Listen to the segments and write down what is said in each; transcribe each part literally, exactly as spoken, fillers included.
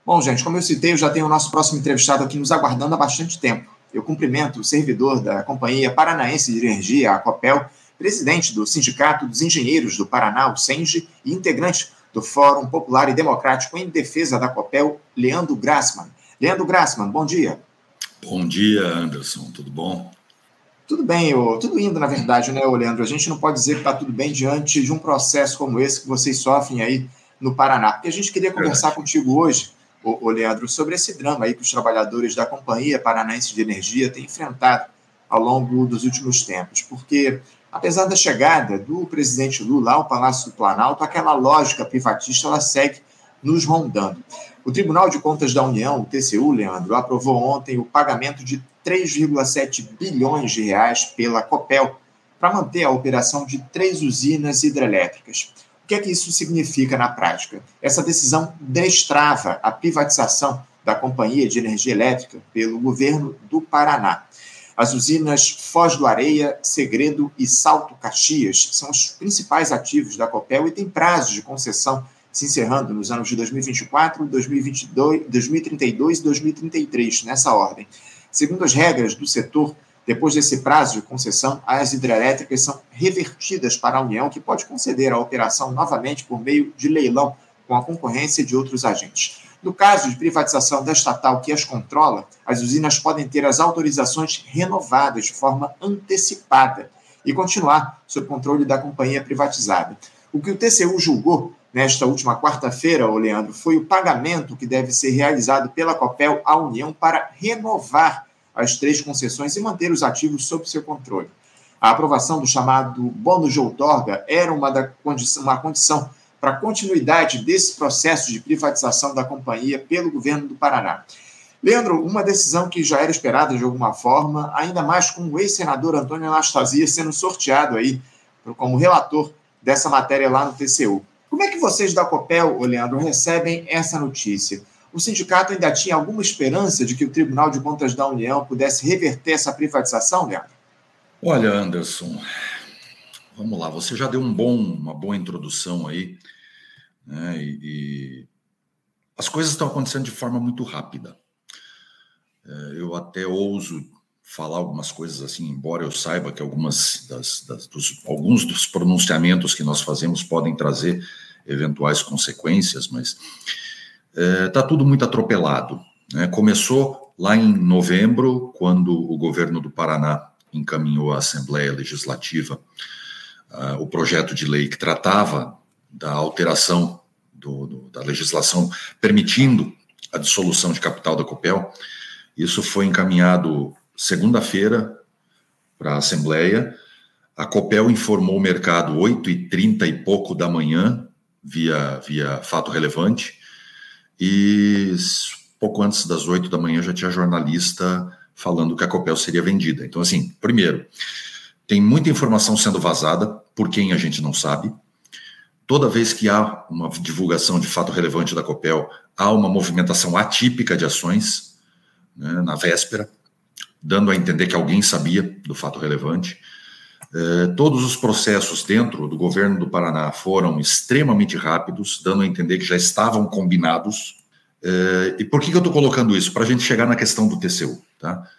Bom, gente, como eu citei, eu já tenho o nosso próximo entrevistado aqui nos aguardando há bastante tempo. Eu cumprimento o servidor da Companhia Paranaense de Energia, a Copel, presidente do Sindicato dos Engenheiros do Paraná, o SENGE, e integrante do Fórum Popular e Democrático em Defesa da Copel, Leandro Grassmann. Leandro Grassmann, bom dia. Bom dia, Anderson, tudo bom? Tudo bem, ô, tudo indo, na verdade, né, ô Leandro? A gente não pode dizer que está tudo bem diante de um processo como esse que vocês sofrem aí no Paraná. Porque a gente queria conversar Verdade. contigo hoje, ô, ô Leandro, sobre esse drama aí que os trabalhadores da Companhia Paranaense de Energia têm enfrentado ao longo dos últimos tempos. Porque, apesar da chegada do presidente Lula ao Palácio do Planalto, aquela lógica privatista ela segue nos rondando. O Tribunal de Contas da União, o T C U, Leandro, aprovou ontem o pagamento de três vírgula sete bilhões de reais pela Copel para manter a operação de três usinas hidrelétricas. O que é que isso significa na prática? Essa decisão destrava a privatização da Companhia de Energia Elétrica pelo governo do Paraná. As usinas Foz do Areia, Segredo e Salto Caxias são os principais ativos da Copel e têm prazos de concessão se encerrando nos anos de dois mil e vinte e quatro, dois mil e vinte e dois, dois mil e trinta e dois e dois mil e trinta e três, nessa ordem. Segundo as regras do setor, depois desse prazo de concessão, as hidrelétricas são revertidas para a União, que pode conceder a operação novamente por meio de leilão, com a concorrência de outros agentes. No caso de privatização da estatal que as controla, as usinas podem ter as autorizações renovadas de forma antecipada e continuar sob controle da companhia privatizada. O que o T C U julgou nesta última quarta-feira, ô Leandro, foi o pagamento que deve ser realizado pela Copel à União para renovar as três concessões e manter os ativos sob seu controle. A aprovação do chamado bônus de outorga era uma, da condição, uma condição para a continuidade desse processo de privatização da companhia pelo governo do Paraná. Leandro, uma decisão que já era esperada de alguma forma, ainda mais com o ex-senador Antônio Anastasia sendo sorteado aí como relator dessa matéria lá no T C U. Como é que vocês da Copel, Leandro, recebem essa notícia? O sindicato ainda tinha alguma esperança de que o Tribunal de Contas da União pudesse reverter essa privatização, Leandro? Olha, Anderson, vamos lá, você já deu um bom, uma boa introdução aí, né, e, e as coisas estão acontecendo de forma muito rápida. É, eu até ouso falar algumas coisas assim, embora eu saiba que algumas das, das, dos, alguns dos pronunciamentos que nós fazemos podem trazer eventuais consequências, mas está é, tudo muito atropelado, né? Começou lá em novembro, quando o governo do Paraná encaminhou à Assembleia Legislativa uh, o projeto de lei que tratava da alteração do, do, da legislação permitindo a dissolução de capital da Copel. Isso foi encaminhado segunda-feira para a Assembleia. A Copel informou o mercado oito e trinta e pouco da manhã, via, via fato relevante, e pouco antes das oito da manhã já tinha jornalista falando que a Copel seria vendida. Então, assim, primeiro, tem muita informação sendo vazada, por quem a gente não sabe. Toda vez que há uma divulgação de fato relevante da Copel, há uma movimentação atípica de ações, né, na véspera, dando a entender que alguém sabia do fato relevante. Eh, todos os processos dentro do governo do Paraná foram extremamente rápidos, dando a entender que já estavam combinados. Eh, e por que, que eu estou colocando isso? Para a gente chegar na questão do T C U. Tá?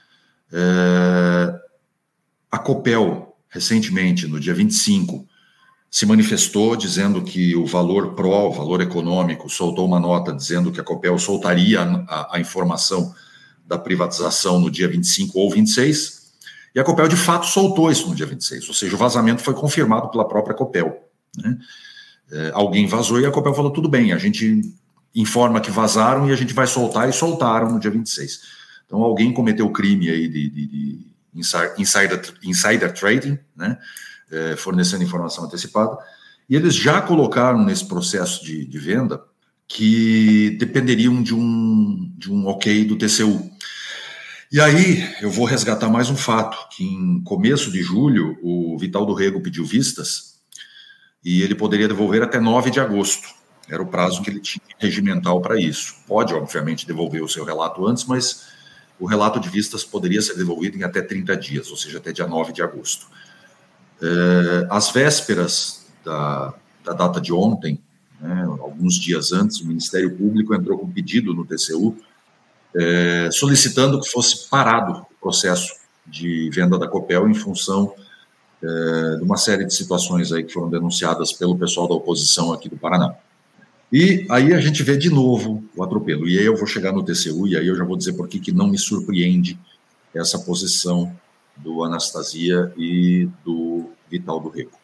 Eh, a Copel, recentemente, no dia vinte e cinco, se manifestou dizendo que o valor pró, o valor econômico, soltou uma nota dizendo que a Copel soltaria a, a informação da privatização no dia vinte e cinco ou vinte e seis, e a Copel de fato soltou isso no dia vinte e seis, ou seja, o vazamento foi confirmado pela própria Copel, né? É, alguém vazou e a Copel falou, tudo bem, a gente informa que vazaram e a gente vai soltar, e soltaram no dia vinte e seis. Então alguém cometeu o crime aí de, de, de insider, insider trading, né? É, fornecendo informação antecipada, e eles já colocaram nesse processo de, de venda que dependeriam de um, de um ok do T C U. E aí eu vou resgatar mais um fato, que em começo de julho o Vital do Rego pediu vistas e ele poderia devolver até nove de agosto. Era o prazo que ele tinha regimental para isso. Pode, obviamente, devolver o seu relato antes, mas o relato de vistas poderia ser devolvido em até trinta dias, ou seja, até dia nove de agosto. É, às vésperas da, da data de ontem, né, alguns dias antes, o Ministério Público entrou com um pedido no T C U é, solicitando que fosse parado o processo de venda da Copel em função é, de uma série de situações aí que foram denunciadas pelo pessoal da oposição aqui do Paraná. E aí a gente vê de novo o atropelo. E aí eu vou chegar no T C U e aí eu já vou dizer por que que não me surpreende essa posição do Anastasia e do Vital do Rego.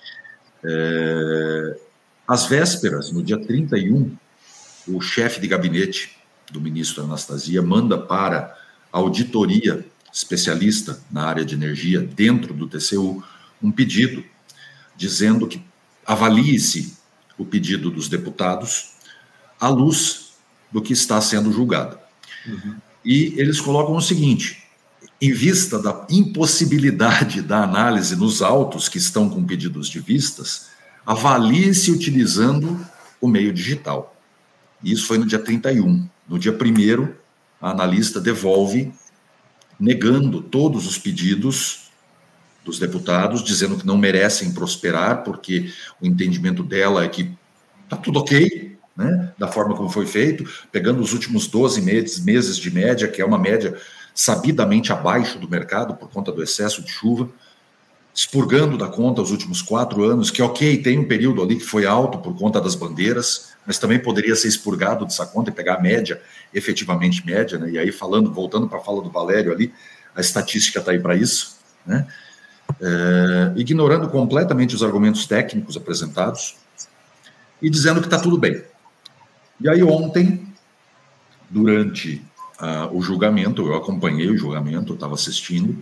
É, às vésperas, no dia trinta e um, o chefe de gabinete do ministro Anastasia manda para a auditoria especialista na área de energia dentro do T C U um pedido dizendo que avalie-se o pedido dos deputados à luz do que está sendo julgado. Uhum. E eles colocam o seguinte: em vista da impossibilidade da análise nos autos que estão com pedidos de vistas, avalie-se utilizando o meio digital. E isso foi no dia trinta e um. No dia primeiro, a analista devolve, negando todos os pedidos dos deputados, dizendo que não merecem prosperar, porque o entendimento dela é que está tudo ok, né, da forma como foi feito, pegando os últimos doze meses, meses de média, que é uma média sabidamente abaixo do mercado por conta do excesso de chuva, expurgando da conta os últimos quatro anos, que ok, tem um período ali que foi alto por conta das bandeiras, mas também poderia ser expurgado dessa conta e pegar a média, efetivamente média, né? E aí falando, voltando para a fala do Valério ali, a estatística está aí para isso, né? É, ignorando completamente os argumentos técnicos apresentados e dizendo que está tudo bem. E aí ontem, durante uh, o julgamento, eu acompanhei o julgamento, eu estava assistindo,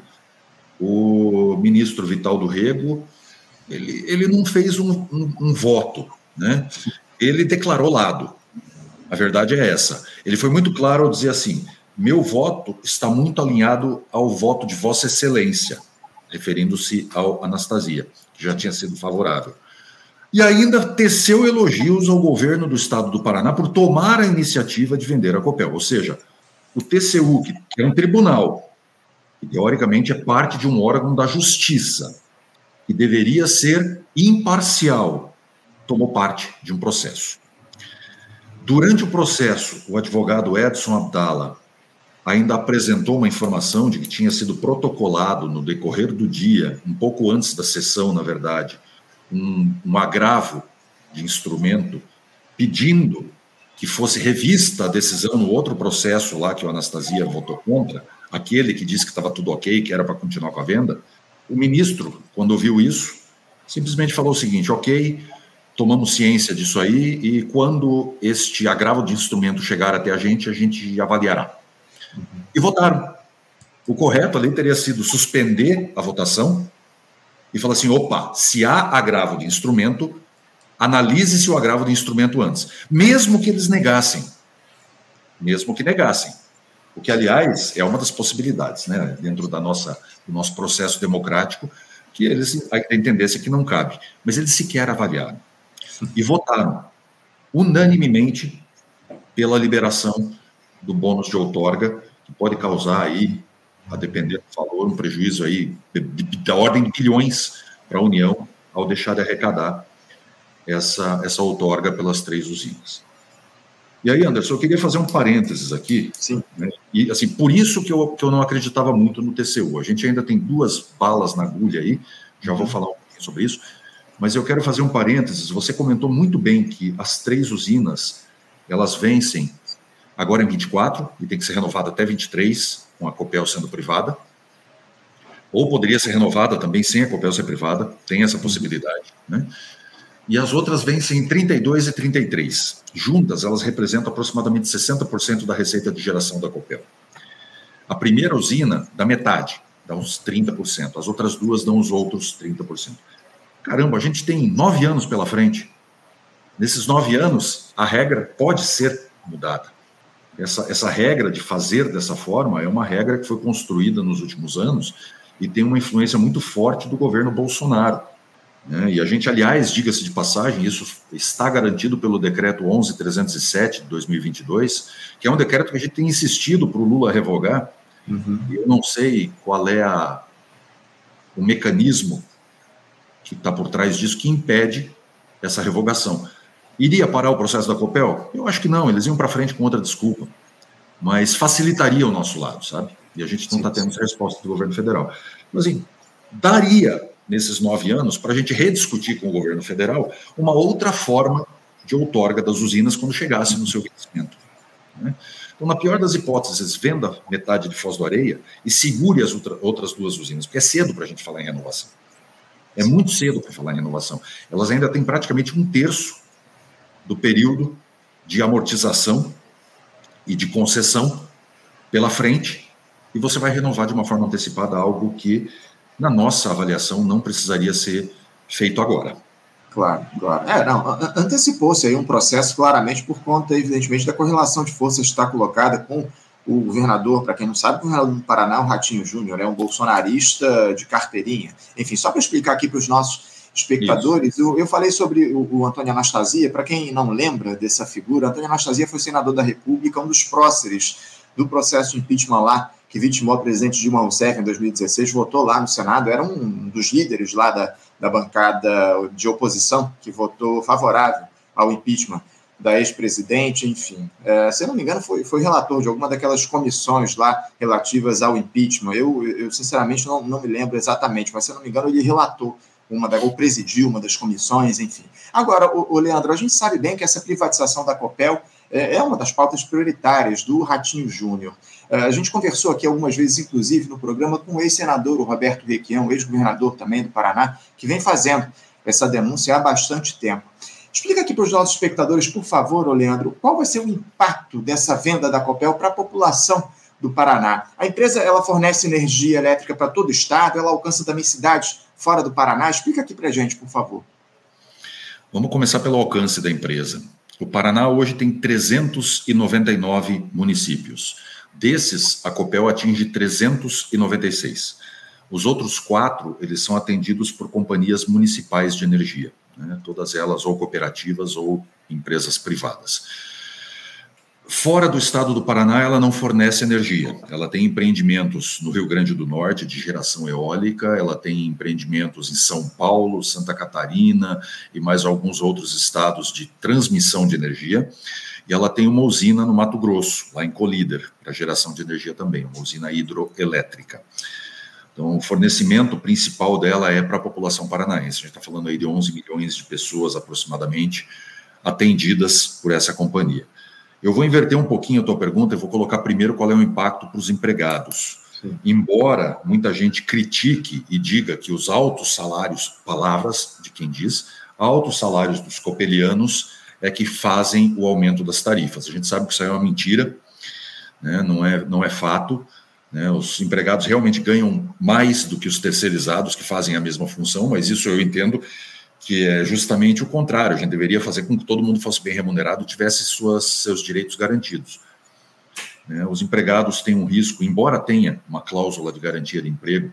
o ministro Vital do Rego, ele, ele não fez um, um, um voto, né? Ele declarou lado. A verdade é essa. Ele foi muito claro ao dizer assim: meu voto está muito alinhado ao voto de Vossa Excelência, referindo-se ao Anastasia, que já tinha sido favorável. E ainda teceu elogios ao governo do estado do Paraná por tomar a iniciativa de vender a Copel. Ou seja, o T C U, que é um tribunal, que teoricamente é parte de um órgão da justiça, que deveria ser imparcial, tomou parte de um processo. Durante o processo, o advogado Edson Abdala ainda apresentou uma informação de que tinha sido protocolado no decorrer do dia, um pouco antes da sessão, na verdade, um, um agravo de instrumento pedindo que fosse revista a decisão no outro processo lá que o Anastasia votou contra, aquele que disse que estava tudo ok, que era para continuar com a venda. O ministro, quando ouviu isso, simplesmente falou o seguinte: ok, tomamos ciência disso aí e quando este agravo de instrumento chegar até a gente, a gente avaliará. E votaram. O correto ali teria sido suspender a votação e falar assim: opa, se há agravo de instrumento, analise-se o agravo de instrumento antes. Mesmo que eles negassem. Mesmo que negassem. O que, aliás, é uma das possibilidades, né, dentro da nossa, do nosso processo democrático, que eles entendessem que não cabe. Mas eles sequer avaliaram. E votaram unanimemente pela liberação do bônus de outorga, que pode causar aí, a depender do valor, um prejuízo aí de, de, da ordem de bilhões para a União ao deixar de arrecadar essa, essa outorga pelas três usinas. E aí, Anderson, eu queria fazer um parênteses aqui. Sim. Né? E, assim, por isso que eu, que eu não acreditava muito no T C U. A gente ainda tem duas balas na agulha aí, já vou falar um pouquinho sobre isso, mas eu quero fazer um parênteses. Você comentou muito bem que as três usinas, elas vencem agora em vinte e quatro, e tem que ser renovada até vinte e três, com a Copel sendo privada, ou poderia ser renovada também sem a Copel ser privada, tem essa possibilidade, né? E as outras vencem em trinta e dois e trinta e três. Juntas, elas representam aproximadamente sessenta por cento da receita de geração da Copel. A primeira usina dá metade, dá uns trinta por cento. As outras duas dão os outros trinta por cento. Caramba, a gente tem nove anos pela frente. Nesses nove anos, a regra pode ser mudada. Essa, essa regra de fazer dessa forma é uma regra que foi construída nos últimos anos e tem uma influência muito forte do governo Bolsonaro. Né? E a gente, aliás, diga-se de passagem, isso está garantido pelo decreto onze mil trezentos e sete de dois mil e vinte e dois, que é um decreto que a gente tem insistido para o Lula revogar. Uhum. E eu não sei qual é a, o mecanismo que está por trás disso que impede essa revogação. Iria parar o processo da Copel? Eu acho que não, eles iam para frente com outra desculpa, mas facilitaria o nosso lado, sabe? E a gente não está tendo essa resposta do governo federal. Mas, assim, daria, nesses nove anos, para a gente rediscutir com o governo federal uma outra forma de outorga das usinas quando chegasse no seu vencimento, né? Então, na pior das hipóteses, venda metade de Foz do Areia e segure as outra, outras duas usinas, porque é cedo para a gente falar em renovação. É muito cedo para falar em renovação. Elas ainda têm praticamente um terço do período de amortização e de concessão pela frente, e você vai renovar de uma forma antecipada algo que, na nossa avaliação, não precisaria ser feito agora. Claro, claro. É, não, antecipou-se aí um processo claramente por conta, evidentemente, da correlação de forças que está colocada com o governador, para quem não sabe, o governador do Paraná, o Ratinho Júnior, é um bolsonarista de carteirinha. Enfim, só para explicar aqui para os nossos espectadores, eu, eu falei sobre o, o Antônio Anastasia. Para quem não lembra dessa figura, Antônio Anastasia foi senador da República, um dos próceres do processo de impeachment lá, que vitimou a presidente Dilma Rousseff em dois mil e dezesseis, votou lá no Senado, era um dos líderes lá da, da bancada de oposição que votou favorável ao impeachment da ex-presidente, enfim. É, se eu não me engano, foi, foi relator de alguma daquelas comissões lá relativas ao impeachment. Eu, eu sinceramente, não, não me lembro exatamente, mas se eu não me engano, ele relatou uma da, ou presidiu uma das comissões, enfim. Agora, o, o Leandro, a gente sabe bem que essa privatização da Copel é, é uma das pautas prioritárias do Ratinho Júnior. A gente conversou aqui algumas vezes, inclusive, no programa, com o ex-senador, o Roberto Requião, ex-governador também do Paraná, que vem fazendo essa denúncia há bastante tempo. Explica aqui para os nossos espectadores, por favor, Leandro, qual vai ser o impacto dessa venda da Copel para a população do Paraná? A empresa, ela fornece energia elétrica para todo o estado, ela alcança também cidades fora do Paraná. Explica aqui para a gente, por favor. Vamos começar pelo alcance da empresa. O Paraná hoje tem trezentos e noventa e nove municípios. Desses, a Copel atinge trezentos e noventa e seis. Os outros quatro, eles são atendidos por companhias municipais de energia, né? Todas elas ou cooperativas ou empresas privadas. Fora do estado do Paraná, ela não fornece energia. Ela tem empreendimentos no Rio Grande do Norte de geração eólica, ela tem empreendimentos em São Paulo, Santa Catarina e mais alguns outros estados de transmissão de energia. E ela tem uma usina no Mato Grosso, lá em Colíder, para geração de energia também, uma usina hidroelétrica. Então, o fornecimento principal dela é para a população paranaense. A gente está falando aí de onze milhões de pessoas, aproximadamente, atendidas por essa companhia. Eu vou inverter um pouquinho a tua pergunta e vou colocar primeiro qual é o impacto para os empregados. Sim. Embora muita gente critique e diga que os altos salários, palavras de quem diz, altos salários dos copelianos é que fazem o aumento das tarifas. A gente sabe que isso aí é uma mentira, né? não, é, não é fato, né? Os empregados realmente ganham mais do que os terceirizados que fazem a mesma função, mas isso eu entendo que é justamente o contrário. A gente deveria fazer com que todo mundo fosse bem remunerado e tivesse suas, seus direitos garantidos. Né? Os empregados têm um risco, embora tenha uma cláusula de garantia de emprego,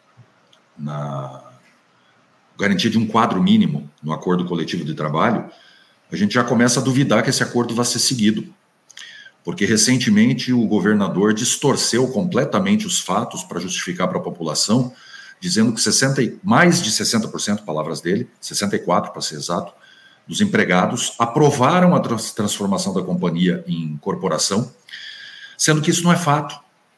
na garantia de um quadro mínimo no acordo coletivo de trabalho, a gente já começa a duvidar que esse acordo vai ser seguido. Porque recentemente o governador distorceu completamente os fatos para justificar para a população, dizendo que sessenta, mais de sessenta por cento, palavras dele, sessenta e quatro por cento para ser exato, dos empregados aprovaram a trans- transformação da companhia em corporação, sendo que isso não é fato.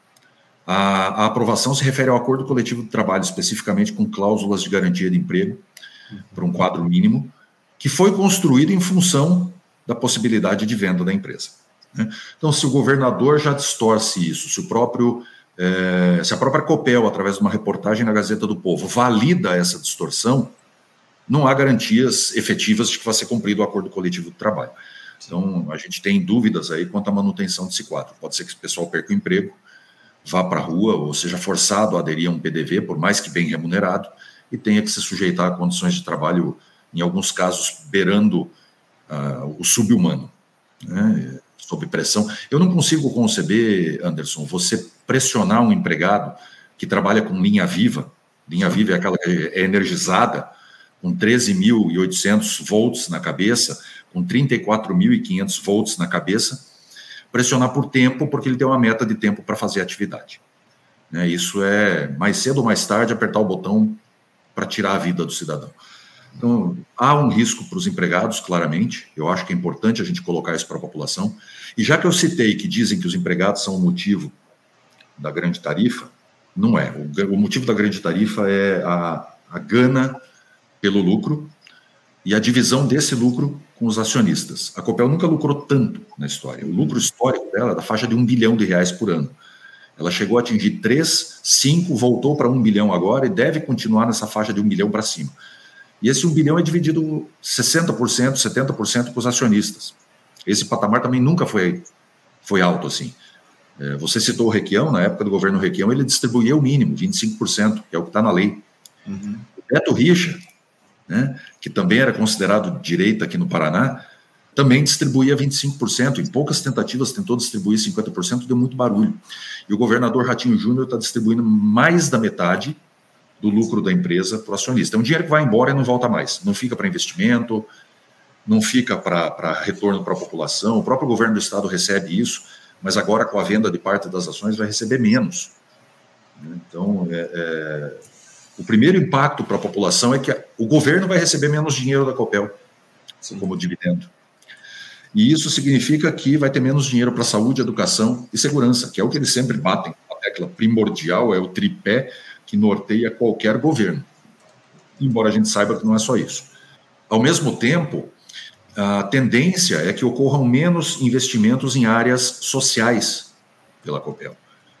A, a aprovação se refere ao acordo coletivo de trabalho, especificamente com cláusulas de garantia de emprego, para um quadro mínimo, que foi construído em função da possibilidade de venda da empresa. Né? Então, se o governador já distorce isso, se, o próprio, eh, se a própria Copel, através de uma reportagem na Gazeta do Povo, valida essa distorção, não há garantias efetivas de que vai ser cumprido o acordo coletivo de trabalho. Então, a gente tem dúvidas aí quanto à manutenção desse quadro. Pode ser que o pessoal perca o emprego, vá para a rua ou seja forçado a aderir a um P D V, por mais que bem remunerado, e tenha que se sujeitar a condições de trabalho, em alguns casos, beirando uh, o sub-humano, né, sob pressão. Eu não consigo conceber, Anderson, você pressionar um empregado que trabalha com linha viva, linha viva é aquela que é energizada, com treze mil e oitocentos volts na cabeça, com trinta e quatro mil e quinhentos volts na cabeça, pressionar por tempo, porque ele tem uma meta de tempo para fazer a atividade. Né, isso é, mais cedo ou mais tarde, apertar o botão para tirar a vida do cidadão. Então, há um risco para os empregados, claramente. Eu acho que é importante a gente colocar isso para a população. E já que eu citei que dizem que os empregados são o motivo da grande tarifa, não é. O, o motivo da grande tarifa é a, a gana pelo lucro e a divisão desse lucro com os acionistas. A Copel nunca lucrou tanto na história. O lucro histórico dela é da faixa de um bilhão de reais por ano. Ela chegou a atingir três, cinco, voltou para um bilhão agora e deve continuar nessa faixa de um bilhão para cima. E esse um bilhão é dividido sessenta por cento, setenta por cento para os acionistas. Esse patamar também nunca foi, foi alto assim. É, você citou o Requião, na época do governo Requião, ele distribuía o mínimo, vinte e cinco por cento, que é o que está na lei. Uhum. O Beto Richa, né, que também era considerado direita aqui no Paraná, também distribuía vinte e cinco por cento. Em poucas tentativas tentou distribuir cinquenta por cento, deu muito barulho. E o governador Ratinho Júnior está distribuindo mais da metade do lucro da empresa para o acionista. É um dinheiro que vai embora e não volta mais. Não fica para investimento, não fica para retorno para a população. O próprio governo do estado recebe isso, mas agora com a venda de parte das ações vai receber menos. Então, é, é, o primeiro impacto para a população é que o governo vai receber menos dinheiro da Copel, assim, como dividendo. E isso significa que vai ter menos dinheiro para saúde, educação e segurança, que é o que eles sempre batem. A tecla primordial é o tripé que norteia qualquer governo, embora a gente saiba que não é só isso. Ao mesmo tempo, a tendência é que ocorram menos investimentos em áreas sociais pela Copel.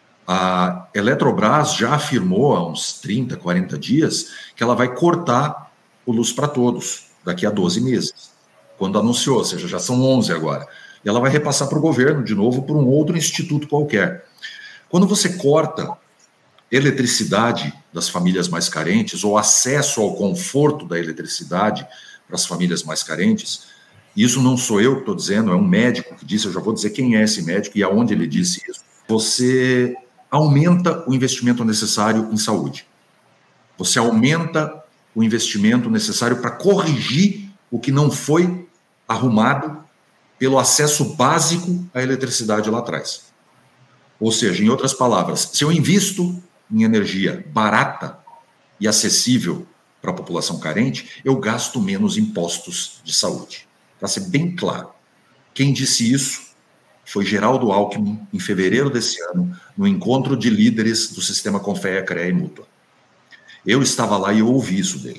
A Eletrobras já afirmou há uns trinta, quarenta dias que ela vai cortar o Luz para Todos daqui a doze meses, quando anunciou, ou seja, já são onze agora. E ela vai repassar para o governo, de novo, por um outro instituto qualquer. Quando você corta eletricidade das famílias mais carentes, ou acesso ao conforto da eletricidade para as famílias mais carentes, isso não sou eu que estou dizendo, é um médico que disse, eu já vou dizer quem é esse médico e aonde ele disse isso. Você aumenta o investimento necessário em saúde. Você aumenta o investimento necessário para corrigir o que não foi arrumado pelo acesso básico à eletricidade lá atrás. Ou seja, em outras palavras, se eu invisto em energia barata e acessível para a população carente, eu gasto menos impostos de saúde. Para ser bem claro, quem disse isso foi Geraldo Alckmin, em fevereiro desse ano, no encontro de líderes do sistema Confea, CREA e Mútua. Eu estava lá e eu ouvi isso dele.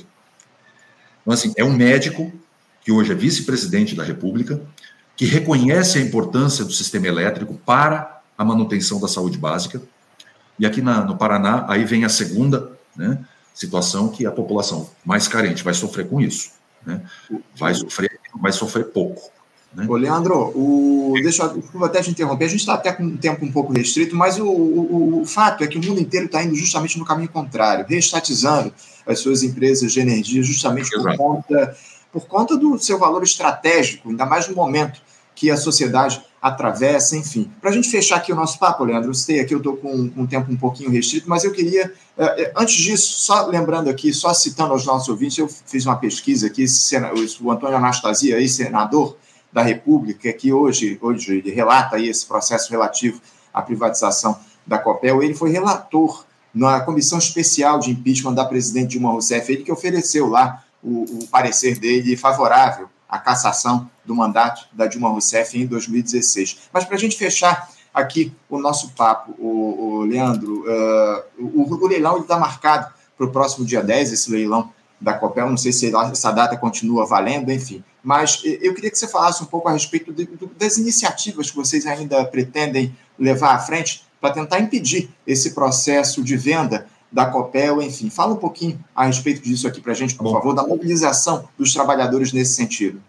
Então, assim, é um médico que hoje é vice-presidente da República, que reconhece a importância do sistema elétrico para a manutenção da saúde básica. E aqui na, no Paraná, aí vem a segunda, né, situação que a população mais carente vai sofrer com isso. Né? Vai sofrer, vai sofrer pouco. Né? Ô, Leandro, o... deixa eu desculpa até te interromper, a gente está até com um tempo um pouco restrito, mas o, o, o fato é que o mundo inteiro está indo justamente no caminho contrário, reestatizando as suas empresas de energia justamente por conta, por conta do seu valor estratégico, ainda mais no momento que a sociedade atravessa, enfim. Para a gente fechar aqui o nosso papo, Leandro, eu sei aqui, eu estou com, com um tempo um pouquinho restrito, mas eu queria, antes disso, só lembrando aqui, só citando aos nossos ouvintes, eu fiz uma pesquisa aqui, o Antônio Anastasia, aí, senador da República, que hoje, hoje ele relata aí esse processo relativo à privatização da Copel, ele foi relator na comissão especial de impeachment da presidente Dilma Rousseff, ele que ofereceu lá o, o parecer dele favorável à cassação do mandato da Dilma Rousseff em dois mil e dezesseis. Mas para a gente fechar aqui o nosso papo, o, o Leandro, uh, o, o leilão está marcado para o próximo dia dez, esse leilão da Copel, não sei se essa data continua valendo, enfim. Mas eu queria que você falasse um pouco a respeito de, das iniciativas que vocês ainda pretendem levar à frente para tentar impedir esse processo de venda da Copel, enfim. Fala um pouquinho a respeito disso aqui para a gente, por Bom. favor, da mobilização dos trabalhadores nesse sentido.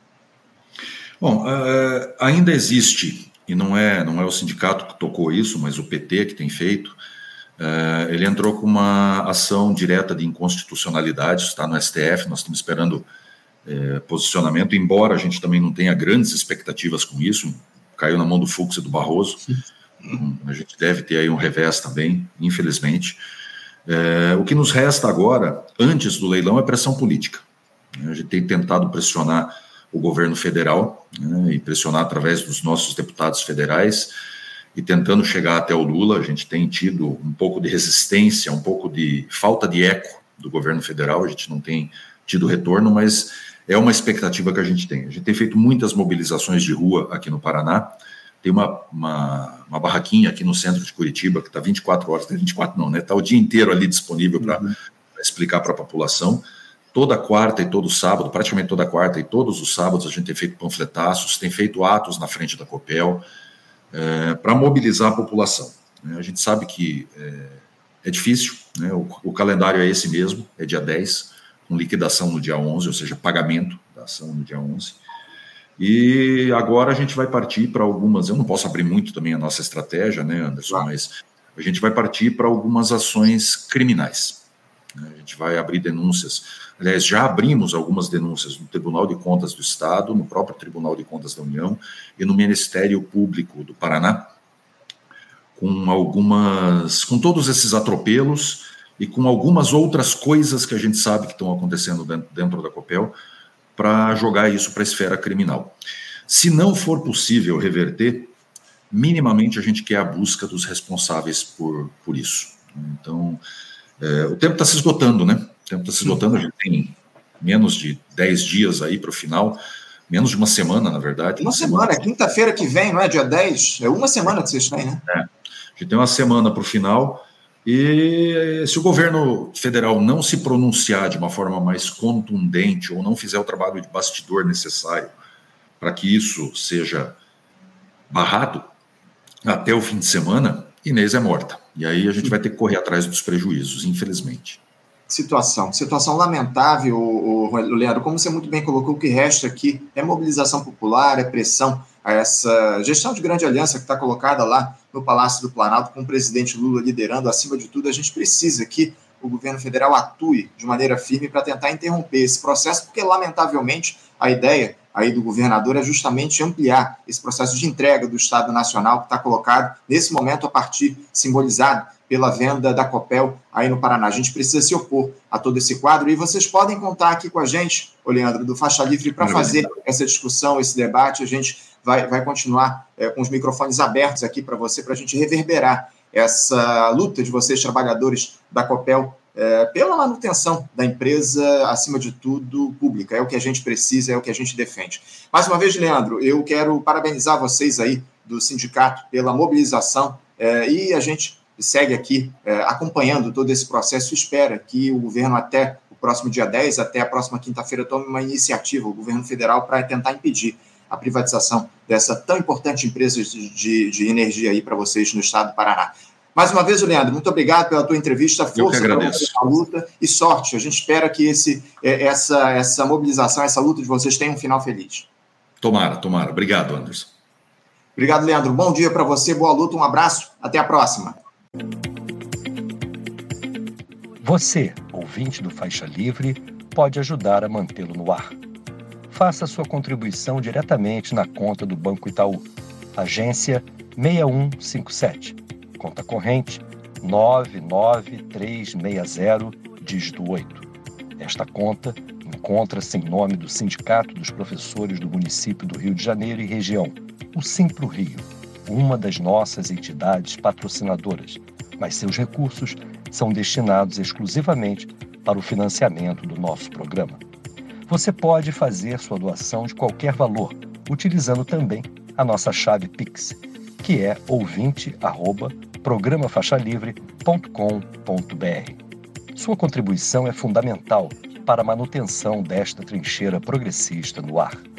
Bom, uh, ainda existe, e não é, não é o sindicato que tocou isso, mas o P T que tem feito, uh, ele entrou com uma ação direta de inconstitucionalidade, está no S T F, nós estamos esperando uh, posicionamento, embora a gente também não tenha grandes expectativas com isso, caiu na mão do Fux e do Barroso, um, a gente deve ter aí um revés também, infelizmente. Uh, o que nos resta agora, antes do leilão, é pressão política. A gente tem tentado pressionar o governo federal, né, e pressionar através dos nossos deputados federais e tentando chegar até o Lula. A gente tem tido um pouco de resistência, um pouco de falta de eco do governo federal, a gente não tem tido retorno, mas é uma expectativa que a gente tem. A gente tem feito muitas mobilizações de rua aqui no Paraná. Tem uma, uma, uma barraquinha aqui no centro de Curitiba que está vinte e quatro horas, vinte e quatro não, né? Está o dia inteiro ali disponível para uhum. explicar para a população. Toda quarta e todo sábado, praticamente toda quarta e todos os sábados, a gente tem feito panfletaços, tem feito atos na frente da Copel é, para mobilizar a população. A gente sabe que é, é difícil, né? o, o calendário é esse mesmo, é dia dez, com liquidação no dia onze, ou seja, pagamento da ação no dia onze. E agora a gente vai partir para algumas, eu não posso abrir muito também a nossa estratégia, né, Anderson, claro. Mas a gente vai partir para algumas ações criminais. A gente vai abrir denúncias. Aliás, já abrimos algumas denúncias no Tribunal de Contas do Estado, no próprio Tribunal de Contas da União e no Ministério Público do Paraná, com algumas, com todos esses atropelos e com algumas outras coisas que a gente sabe que estão acontecendo dentro, dentro da Copel, para jogar isso para a esfera criminal. Se não for possível reverter, minimamente a gente quer a busca dos responsáveis por, por isso. Então, é, o tempo está se esgotando, né? O tempo está se esgotando, a gente tem menos de dez dias aí para o final, menos de uma semana, na verdade. Uma, uma semana, é quinta-feira que vem, não é? Dia dez? É uma semana que vocês têm, né? É, a gente tem uma semana para o final, e se o governo federal não se pronunciar de uma forma mais contundente ou não fizer o trabalho de bastidor necessário para que isso seja barrado até o fim de semana, Inês é morta. E aí a gente vai ter que correr atrás dos prejuízos, infelizmente. Situação, situação lamentável, o, o Leandro, como você muito bem colocou, o que resta aqui é mobilização popular, é pressão a essa gestão de grande aliança que está colocada lá no Palácio do Planalto, com o presidente Lula liderando. Acima de tudo, a gente precisa que o governo federal atue de maneira firme para tentar interromper esse processo, porque, lamentavelmente, a ideia aí do governador é justamente ampliar esse processo de entrega do Estado Nacional que está colocado, nesse momento, a partir, simbolizado pela venda da Copel aí no Paraná. A gente precisa se opor a todo esse quadro, e vocês podem contar aqui com a gente, ô Leandro, do Faixa Livre, para fazer essa discussão, esse debate. A gente vai, vai continuar é, com os microfones abertos aqui para você, para a gente reverberar essa luta de vocês, trabalhadores da Copel, é, pela manutenção da empresa, acima de tudo, pública. É o que a gente precisa, é o que a gente defende. Mais uma vez, Leandro, eu quero parabenizar vocês aí do sindicato pela mobilização, é, e a gente segue aqui é, acompanhando todo esse processo, espera que o governo até o próximo dia dez, até a próxima quinta-feira, tome uma iniciativa, o governo federal, para tentar impedir a privatização dessa tão importante empresa de, de, de energia aí para vocês no estado do Paraná. Mais uma vez, Leandro, muito obrigado pela tua entrevista, força para a luta e sorte. A gente espera que esse, essa, essa mobilização, essa luta de vocês tenha um final feliz. Tomara, tomara. Obrigado, Anderson. Obrigado, Leandro. Bom dia para você, boa luta, um abraço, até a próxima. Você, ouvinte do Faixa Livre, pode ajudar a mantê-lo no ar. Faça sua contribuição diretamente na conta do Banco Itaú, agência seis um cinco sete, conta corrente nove nove três seis zero, dígito oito. Esta conta encontra-se em nome do Sindicato dos Professores do Município do Rio de Janeiro e região, o Simpro Rio, uma das nossas entidades patrocinadoras, mas seus recursos são destinados exclusivamente para o financiamento do nosso programa. Você pode fazer sua doação de qualquer valor, utilizando também a nossa chave Pix, que é ouvinte arroba programa faixa livre ponto com ponto br. Sua contribuição é fundamental para a manutenção desta trincheira progressista no ar.